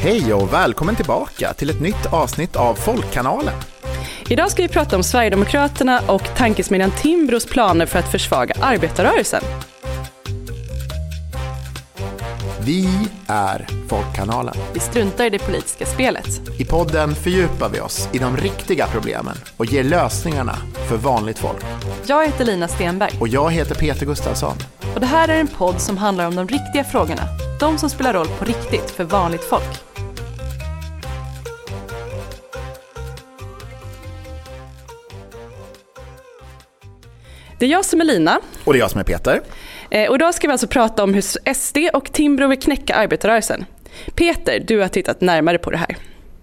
Hej och välkommen tillbaka till ett nytt avsnitt av Folkkanalen. Idag ska vi prata om Sverigedemokraterna och tankesmedjan Timbros planer för att försvaga arbetarrörelsen. Vi är Folkkanalen. Vi struntar i det politiska spelet. I podden fördjupar vi oss i de riktiga problemen och ger lösningarna för vanligt folk. Jag heter Lina Stenberg. Och jag heter Peter Gustafsson. Och det här är en podd som handlar om de riktiga frågorna. De som spelar roll på riktigt för vanligt folk. Det är jag som är Lina. Och det är jag som är Peter. Och idag ska vi alltså prata om hur SD och Timbro vill knäcka arbetarrörelsen. Peter, du har tittat närmare på det här.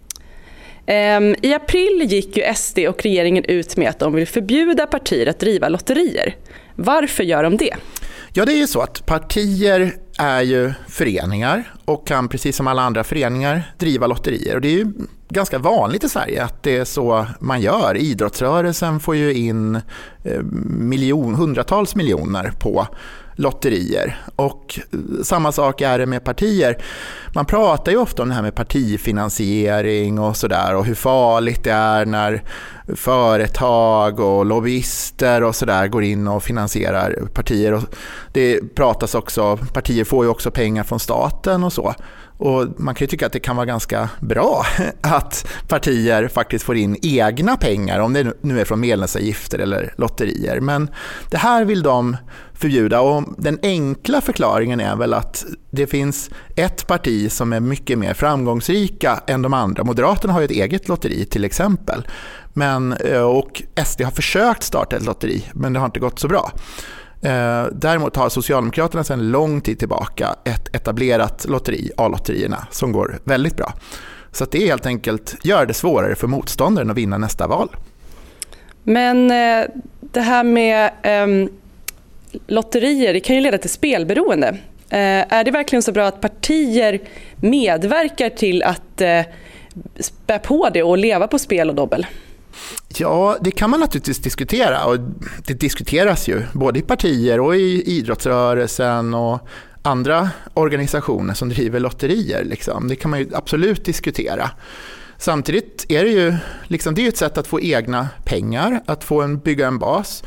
I april gick ju SD och regeringen ut med att de vill förbjuda partier att driva lotterier. Varför gör de det? Ja, det är ju så att partier är ju föreningar och kan precis som alla andra föreningar driva lotterier. Och det är ju ganska vanligt i Sverige att det är så man gör. Idrottsrörelsen får ju in hundratals miljoner på lotterier. Och samma sak är det med partier. Man pratar ju ofta om det här med partifinansiering och sådär och hur farligt det är när företag och lobbyister och sådär går in och finansierar partier. Och det pratas också, partier får ju också pengar från staten och så. Och man kan ju tycka att det kan vara ganska bra att partier faktiskt får in egna pengar, om det nu är från medlemsavgifter eller lotterier. Men det här vill de förbjuda, och den enkla förklaringen är väl att det finns ett parti som är mycket mer framgångsrika än de andra. Moderaterna har ju ett eget lotteri till exempel. Och SD har försökt starta ett lotteri, men det har inte gått så bra. Däremot har Socialdemokraterna sedan lång tid tillbaka ett etablerat lotteri, A-lotterierna, som går väldigt bra. Så att det helt enkelt gör det svårare för motståndaren att vinna nästa val. Men det här med lotterier, det kan ju leda till spelberoende. Är det verkligen så bra att partier medverkar till att spä på det och leva på spel och dobbel? Ja, det kan man naturligtvis diskutera, och det diskuteras ju både i partier och i idrottsrörelsen och andra organisationer som driver lotterier. Liksom. Det kan man ju absolut diskutera. Samtidigt är det ju liksom, det är ett sätt att få egna pengar, att bygga en bas.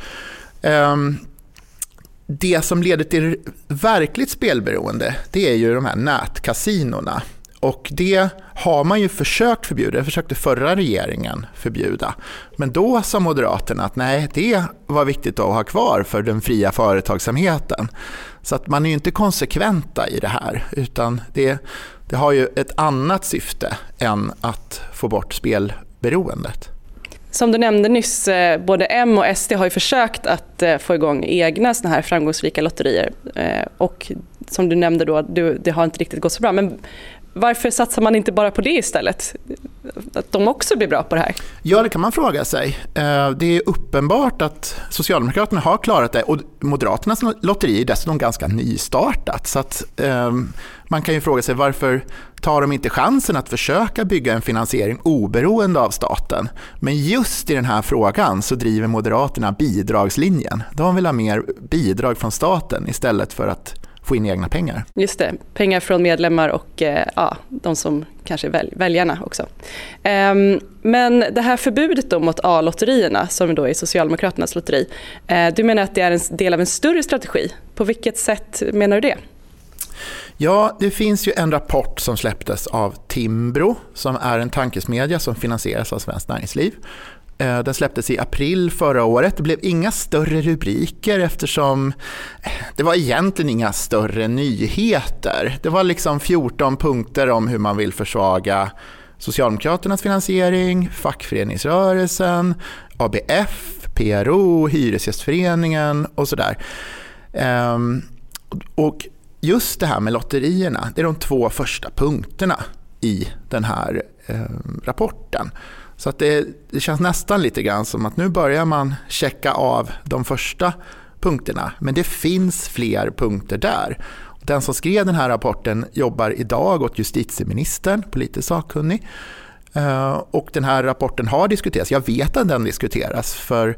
Det som leder till verkligt spelberoende, det är ju de här nätkasinorna. Och det har man ju försökt förbjuda, det försökte förra regeringen förbjuda. Men då sa Moderaterna att nej, det var viktigt att ha kvar för den fria företagsamheten. Så att man är ju inte konsekventa i det här, utan det har ju ett annat syfte än att få bort spelberoendet. Som du nämnde nyss, både M och SD har ju försökt att få igång egna såna här framgångsrika lotterier. Och som du nämnde då, det har inte riktigt gått så bra. Men varför satsar man inte bara på det istället? Att de också blir bra på det här? Ja, det kan man fråga sig. Det är uppenbart att Socialdemokraterna har klarat det, och Moderaternas lotteri är dessutom ganska nystartat. Så att man kan ju fråga sig, varför tar de inte chansen att försöka bygga en finansiering oberoende av staten? Men just i den här frågan så driver Moderaterna bidragslinjen. De vill ha mer bidrag från staten istället för att få in egna pengar. Just det, pengar från medlemmar och de som kanske är väljarna också. Men det här förbudet då mot A-lotterierna, som då är Socialdemokraternas lotteri, du menar att det är en del av en större strategi. På vilket sätt menar du det? Ja, det finns ju en rapport som släpptes av Timbro, som är en tankesmedja som finansieras av Svenskt Näringsliv. Den släpptes i april förra året. Det blev inga större rubriker eftersom det var egentligen inga större nyheter. Det var liksom 14 punkter om hur man vill försvaga Socialdemokraternas finansiering, fackföreningsrörelsen, ABF, PRO, Hyresgästföreningen och sådär. Och just det här med lotterierna, det är de 2 första punkterna i den här rapporten. Så att det känns nästan lite grann som att nu börjar man checka av de första punkterna. Men det finns fler punkter där. Den som skrev den här rapporten jobbar idag åt justitieministern, politisk sakkunnig. Och den här rapporten har diskuterats. Jag vet att den diskuteras för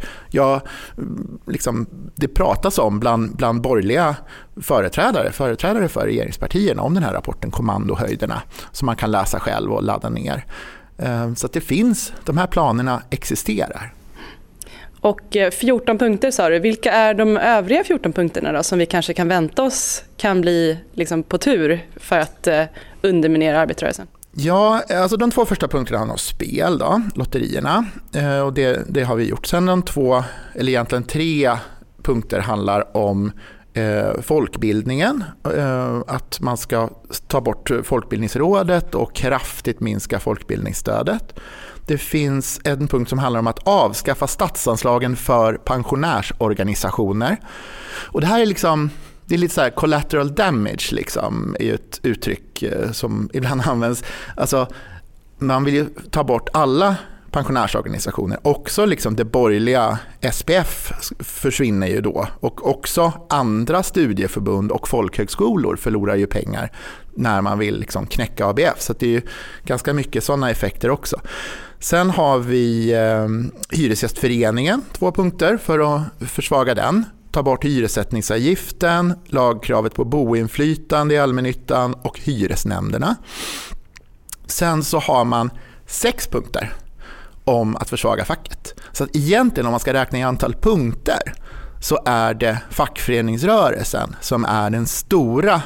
det pratas om bland borgerliga företrädare för regeringspartierna om den här rapporten, kommandohöjderna, som man kan läsa själv och ladda ner. Så att det finns, de här planerna existerar. Och 14 punkter sa du. Vilka är de övriga 14 punkterna då, som vi kanske kan vänta oss kan bli på tur för att underminera arbetarrörelsen? Ja, alltså de 2 första punkterna handlar om spel då, lotterierna, och det har vi gjort. Sen de 2, eller egentligen 3 punkter handlar om folkbildningen, att man ska ta bort Folkbildningsrådet och kraftigt minska folkbildningsstödet. Det finns en punkt som handlar om att avskaffa statsanslagen för pensionärsorganisationer. Och det här är det är lite så här collateral damage är ju ett uttryck som ibland används. Alltså man vill ju ta bort alla pensionärsorganisationer. Också det borgerliga SPF försvinner ju då, och också andra studieförbund och folkhögskolor förlorar ju pengar när man vill knäcka ABF. Så det är ju ganska mycket sådana effekter också. Sen har vi Hyresgästföreningen, 2 punkter för att försvaga den. Ta bort hyressättningsavgiften, lagkravet på boinflytande i allmännyttan och hyresnämnderna. Sen så har man 6 punkter om att försvaga facket. Så att egentligen om man ska räkna i antal punkter så är det fackföreningsrörelsen som är den stora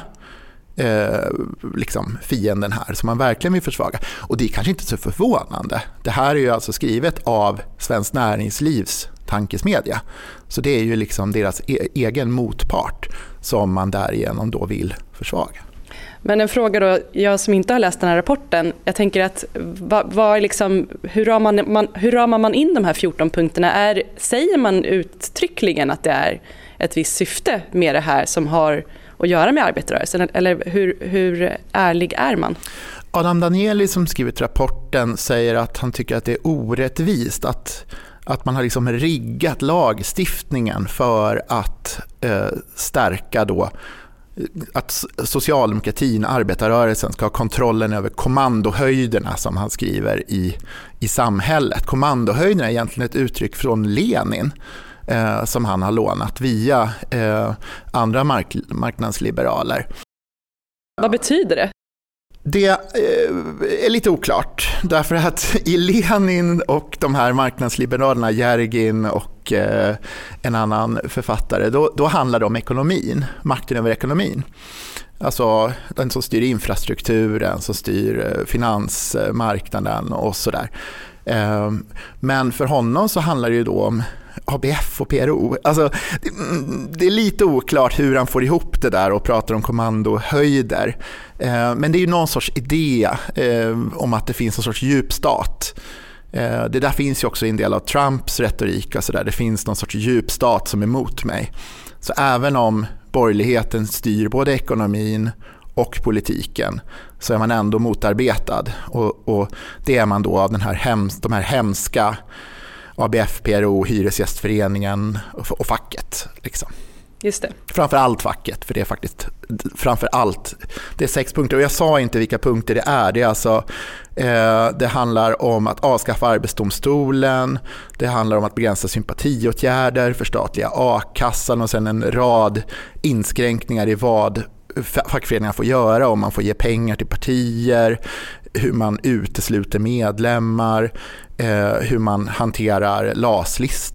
fienden här som man verkligen vill försvaga. Och det är kanske inte så förvånande. Det här är ju alltså skrivet av Svenskt Näringslivs tankesmedja. Så det är ju deras egen motpart som man därigenom då vill försvaga. Men en fråga då, jag som inte har läst den här rapporten, jag tänker att hur ramar man in de här 14 punkterna? Säger man uttryckligen att det är ett visst syfte med det här som har att göra med arbetarrörelsen? Eller hur ärlig är man? Adam Danieli som skrivit rapporten säger att han tycker att det är orättvist att man har riggat lagstiftningen för att stärka då att socialdemokratin, arbetarrörelsen, ska ha kontrollen över kommandohöjderna som han skriver i samhället. Kommandohöjderna är egentligen ett uttryck från Lenin som han har lånat via andra marknadsliberaler. Vad betyder det? Det är lite oklart, därför att i Lenin och de här marknadsliberalerna, Järgin och en annan författare, då handlar det om ekonomin, makten över ekonomin. Alltså den som styr infrastrukturen, som styr finansmarknaden och sådär. Men för honom så handlar det ju då om ABF och PRO. Alltså, det är lite oklart hur han får ihop det där och pratar om kommandohöjder. Men det är ju någon sorts idé om att det finns en sorts djupstat. Det där finns ju också i en del av Trumps retorik och så där. Det finns någon sorts djupstat som är emot mig. Så även om borgerligheten styr både ekonomin och politiken så är man ändå motarbetad. Och det är man då av de här hemska ABF, PRO, Hyresgästföreningen och facket. Just det. Framförallt facket, för det är faktiskt framförallt, det är 6 punkter och jag sa inte vilka punkter det är. Det är alltså, det handlar om att avskaffa arbetsdomstolen, det handlar om att begränsa sympatiåtgärder, förstatliga a-kassan och sen en rad inskränkningar i vad fackföreningar får göra, om man får ge pengar till partier, hur man utesluter medlemmar, hur man hanterar LAS-listor.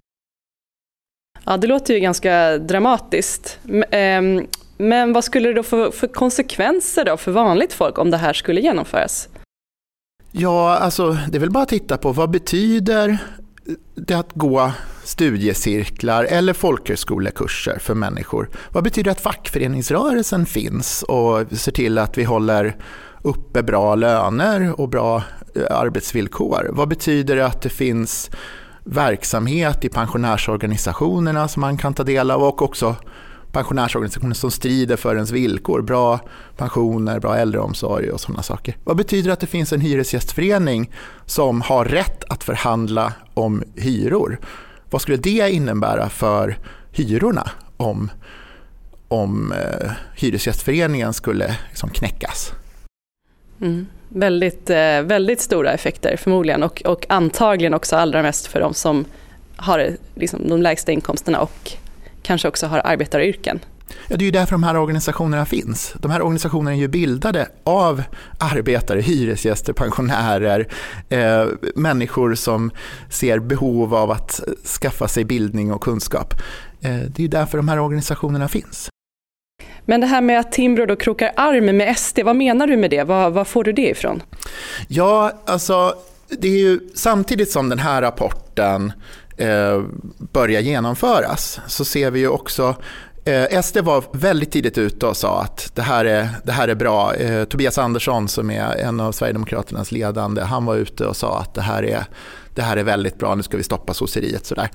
Ja, det låter ju ganska dramatiskt. Men vad skulle det då få för konsekvenser då för vanligt folk om det här skulle genomföras? Ja, alltså det är väl bara att titta på vad betyder det att gå studiecirklar eller folkhögskolekurser för människor. Vad betyder att fackföreningsrörelsen finns och ser till att vi håller uppe bra löner och bra arbetsvillkor? Vad betyder det att det finns verksamhet i pensionärsorganisationerna som man kan ta del av och också pensionärsorganisationer som strider för ens villkor, bra pensioner, bra äldreomsorg och sådana saker. Vad betyder det att det finns en hyresgästförening som har rätt att förhandla om hyror? Vad skulle det innebära för hyrorna om hyresgästföreningen skulle knäckas? Väldigt stora effekter förmodligen och antagligen också allra mest för de som har liksom de lägsta inkomsterna och kanske också har arbetaryrken. Ja, det är ju därför de här organisationerna finns. De här organisationerna är ju bildade av arbetare, hyresgäster, pensionärer, människor som ser behov av att skaffa sig bildning och kunskap. Det är ju därför de här organisationerna finns. Men det här med att Timbro då krokar arm med SD, vad menar du med det? Vad får du det ifrån? Ja, alltså det är ju samtidigt som den här rapporten börjar genomföras så ser vi ju också SD var väldigt tidigt ute och sa att det här är bra. Tobias Andersson som är en av Sverigedemokraternas ledande, han var ute och sa att det här är väldigt bra, nu ska vi stoppa sosseriet sådär.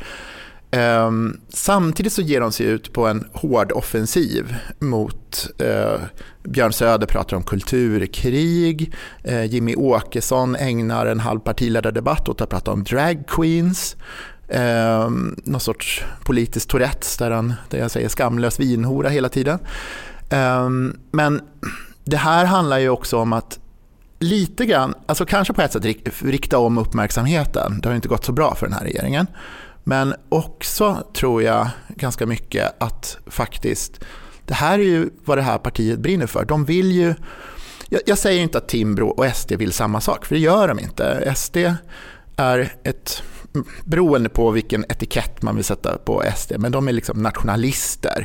Samtidigt så ger de sig ut på en hård offensiv mot Björn Söder pratar om kulturkrig, Jimmy Åkesson ägnar en halv partiledardebatt åt att prata om drag queens, någon sorts politisk Tourettes där jag säger skamlös vinhora hela tiden. Men det här handlar ju också om att lite grann, alltså kanske på ett sätt rikta om uppmärksamheten. Det har inte gått så bra för den här regeringen. Men också tror jag ganska mycket att faktiskt det här är ju vad det här partiet brinner för. De vill ju, jag säger inte att Timbro och SD vill samma sak, för det gör de inte. SD är beroende på vilken etikett man vill sätta på SD, men de är liksom nationalister.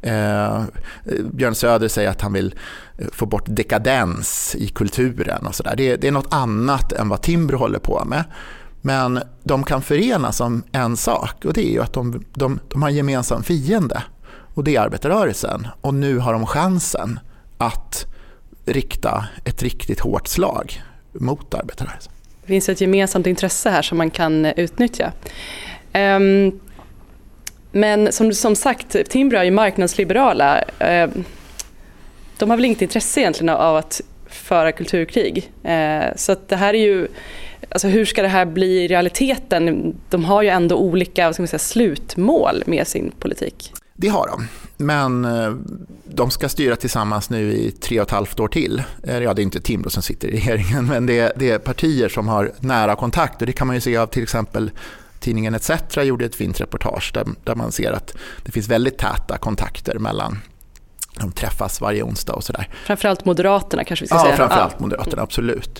Björn Söder säger att han vill få bort dekadens i kulturen och sådär. Det är något annat än vad Timbro håller på med. Men de kan förenas om en sak, och det är ju att de har en gemensam fiende, och det är arbetarrörelsen. Och nu har de chansen att rikta ett riktigt hårt slag mot arbetarrörelsen. Det finns ett gemensamt intresse här som man kan utnyttja. Men som sagt, Timbro är ju marknadsliberala. De har väl inget intresse egentligen av att föra kulturkrig. Så att det här är ju, alltså hur ska det här bli i realiteten? De har ju ändå olika slutmål med sin politik. Det har de, men de ska styra tillsammans nu i 3,5 år till. Ja, det är inte Timbro som sitter i regeringen, men det är partier som har nära kontakt, och det kan man ju se av till exempel tidningen ETC gjorde ett fint reportage där man ser att det finns väldigt täta kontakter mellan, de träffas varje onsdag och sådär. Framförallt Moderaterna kanske vi ska säga. Ja, framförallt Moderaterna, absolut.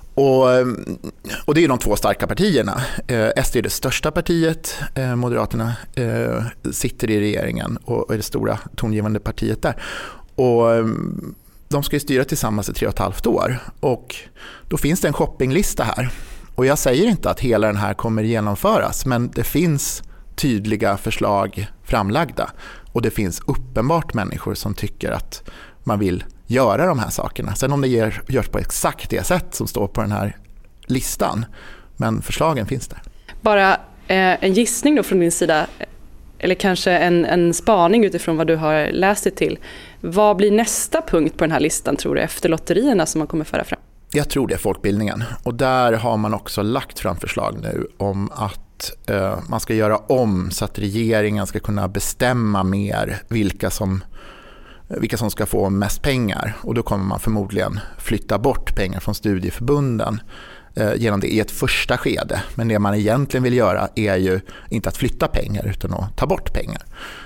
Och det är de två starka partierna. SD är det största partiet, Moderaterna sitter i regeringen och är det stora tongivande partiet där. Och de ska ju styra tillsammans i 3,5 år, och då finns det en shoppinglista här. Och jag säger inte att hela den här kommer genomföras, men det finns tydliga förslag framlagda, och det finns uppenbart människor som tycker att man vill göra de här sakerna. Sen om det görs på exakt det sätt som står på den här listan, men förslagen finns där. Bara en gissning då från din sida, eller kanske en spaning utifrån vad du har läst dig till. Vad blir nästa punkt på den här listan, tror du, efter lotterierna som man kommer föra fram? Jag tror det är folkbildningen, och där har man också lagt fram förslag nu om att man ska göra om så att regeringen ska kunna bestämma mer vilka som ska få mest pengar, och då kommer man förmodligen flytta bort pengar från studieförbunden genom det i ett första skede. Men det man egentligen vill göra är ju inte att flytta pengar utan att ta bort pengar.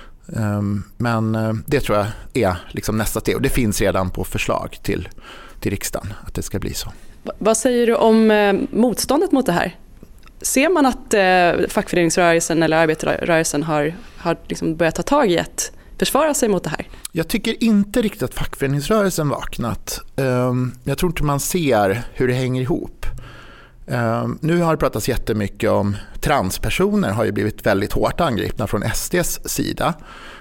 Men det tror jag är liksom nästa steg, och det finns redan på förslag till riksdagen att det ska bli så. Vad säger du om motståndet mot det här? Ser man att fackföreningsrörelsen eller arbetarrörelsen har liksom börjat ta tag i att försvara sig mot det här? Jag tycker inte riktigt att fackföreningsrörelsen vaknat. Jag tror inte man ser hur det hänger ihop. Nu har det pratats jättemycket om transpersoner, har ju blivit väldigt hårt angripna från SDs sida.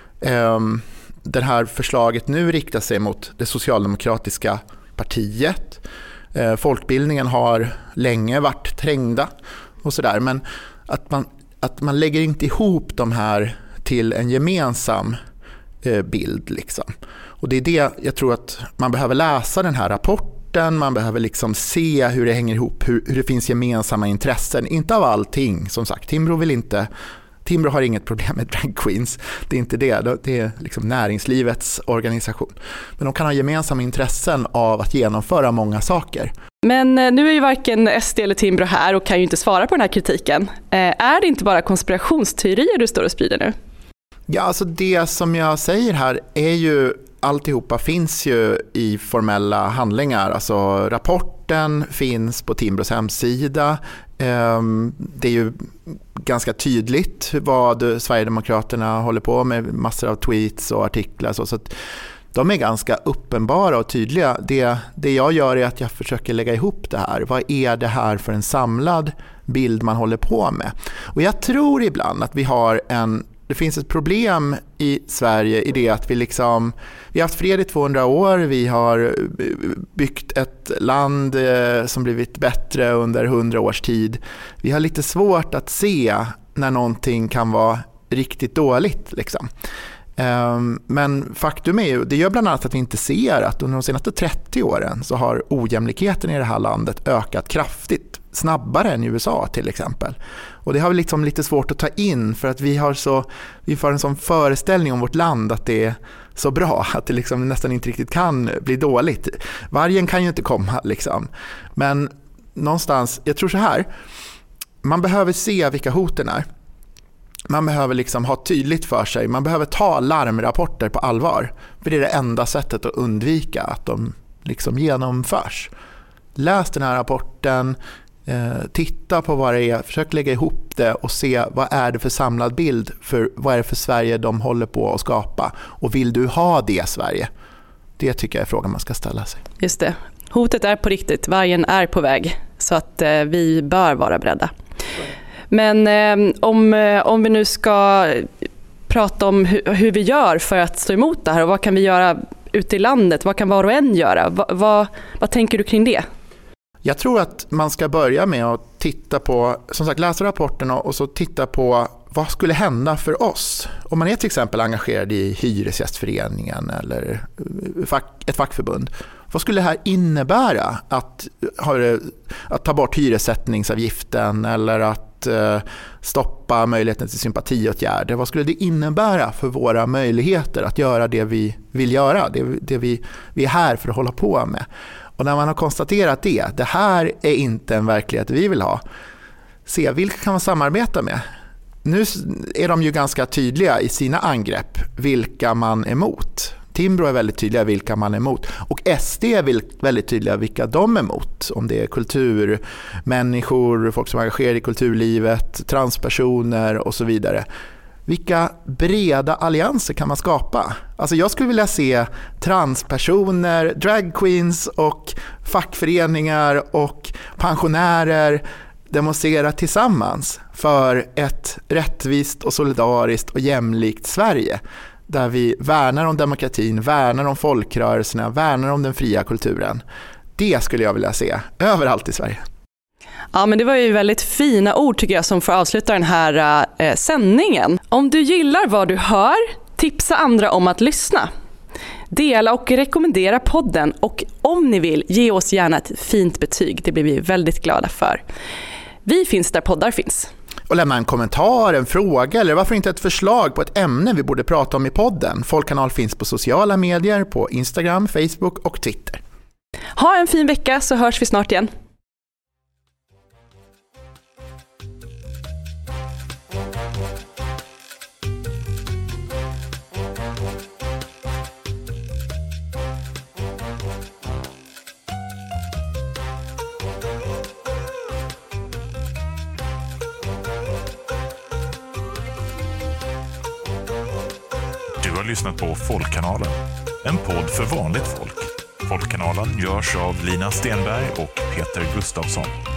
Det här förslaget nu riktar sig mot det socialdemokratiska partiet. Folkbildningen har länge varit trängda och sådär, men att man lägger inte ihop de här till en gemensam bild liksom. Och det är det jag tror att man behöver läsa den här rapporten, man behöver liksom se hur det hänger ihop, hur det finns gemensamma intressen, inte av allting. Som sagt, Timbro vill inte Timbro har inget problem med drag queens, det är inte det. Det är liksom näringslivets organisation. Men de kan ha gemensamma intressen av att genomföra många saker. Men nu är ju varken SD eller Timbro här och kan ju inte svara på den här kritiken. Är det inte bara konspirationsteorier du står och sprider nu? Ja, alltså det som jag säger här är ju, alltihopa finns ju i formella handlingar. Alltså rapporten finns på Timbros hemsida. Det är ju ganska tydligt vad Sverigedemokraterna håller på med, massor av tweets och artiklar. Så att de är ganska uppenbara och tydliga. Det jag gör är att jag försöker lägga ihop det här. Vad är det här för en samlad bild man håller på med? Och jag tror ibland att det finns ett problem i Sverige i det att vi har haft fred i 200 år, vi har byggt ett land som blivit bättre under 100 års tid. Vi har lite svårt att se när någonting kan vara riktigt dåligt liksom. Men faktum är ju, det gör bland annat att vi inte ser att under de senaste 30 åren så har ojämlikheten i det här landet ökat kraftigt, snabbare än i USA till exempel. Och det har vi liksom lite svårt att ta in för att vi får en sån föreställning om vårt land att det är så bra att det liksom nästan inte riktigt kan bli dåligt. Vargen kan ju inte komma liksom. Men någonstans, jag tror så här, man behöver se vilka hoten är. Man behöver liksom ha tydligt för sig, man behöver ta larmrapporter på allvar. För det är det enda sättet att undvika att de liksom genomförs. Läs den här rapporten, titta på vad det är, försök lägga ihop det och se vad är det för samlad bild, för vad är det för Sverige de håller på att skapa. Och vill du ha det Sverige? Det tycker jag är frågan man ska ställa sig. Just det. Hotet är på riktigt, vargen är på väg, så att vi bör vara beredda. Men om vi nu ska prata om hur vi gör för att stå emot det här och vad kan vi göra ute i landet, vad kan var och en göra? Vad tänker du kring det? Jag tror att man ska börja med att titta på, som sagt, läsa rapporterna och så titta på vad skulle hända för oss. Om man är till exempel engagerad i Hyresgästföreningen eller ett fackförbund. Vad skulle det här innebära att ta bort hyressättningsavgiften eller att stoppa möjligheten till sympatiåtgärder? Vad skulle det innebära för våra möjligheter att göra det vi vill göra? Det vi är här för att hålla på med. Och när man har konstaterat det här är inte en verklighet vi vill ha. Se, vilka kan man samarbeta med? Nu är de ju ganska tydliga i sina angrepp vilka man är emot. Timbro är väldigt tydliga vilka man är emot. Och SD är väldigt tydliga vilka de är emot. Om det är kulturmänniskor, folk som är engagerade i kulturlivet, transpersoner och så vidare. Vilka breda allianser kan man skapa? Alltså jag skulle vilja se transpersoner, dragqueens och fackföreningar och pensionärer demonstrera tillsammans för ett rättvist och solidariskt och jämlikt Sverige. Där vi värnar om demokratin, värnar om folkrörelserna, värnar om den fria kulturen. Det skulle jag vilja se överallt i Sverige. Ja, men det var ju väldigt fina ord tycker jag som får avsluta den här sändningen. Om du gillar vad du hör, tipsa andra om att lyssna. Dela och rekommendera podden och om ni vill, ge oss gärna ett fint betyg. Det blir vi väldigt glada för. Vi finns där poddar finns. Och lämna en kommentar, en fråga eller varför inte ett förslag på ett ämne vi borde prata om i podden. Folkkanal finns på sociala medier, på Instagram, Facebook och Twitter. Ha en fin vecka så hörs vi snart igen. Du har lyssnat på Folkkanalen, en podd för vanligt folk. Folkkanalen görs av Lina Stenberg och Peter Gustafsson.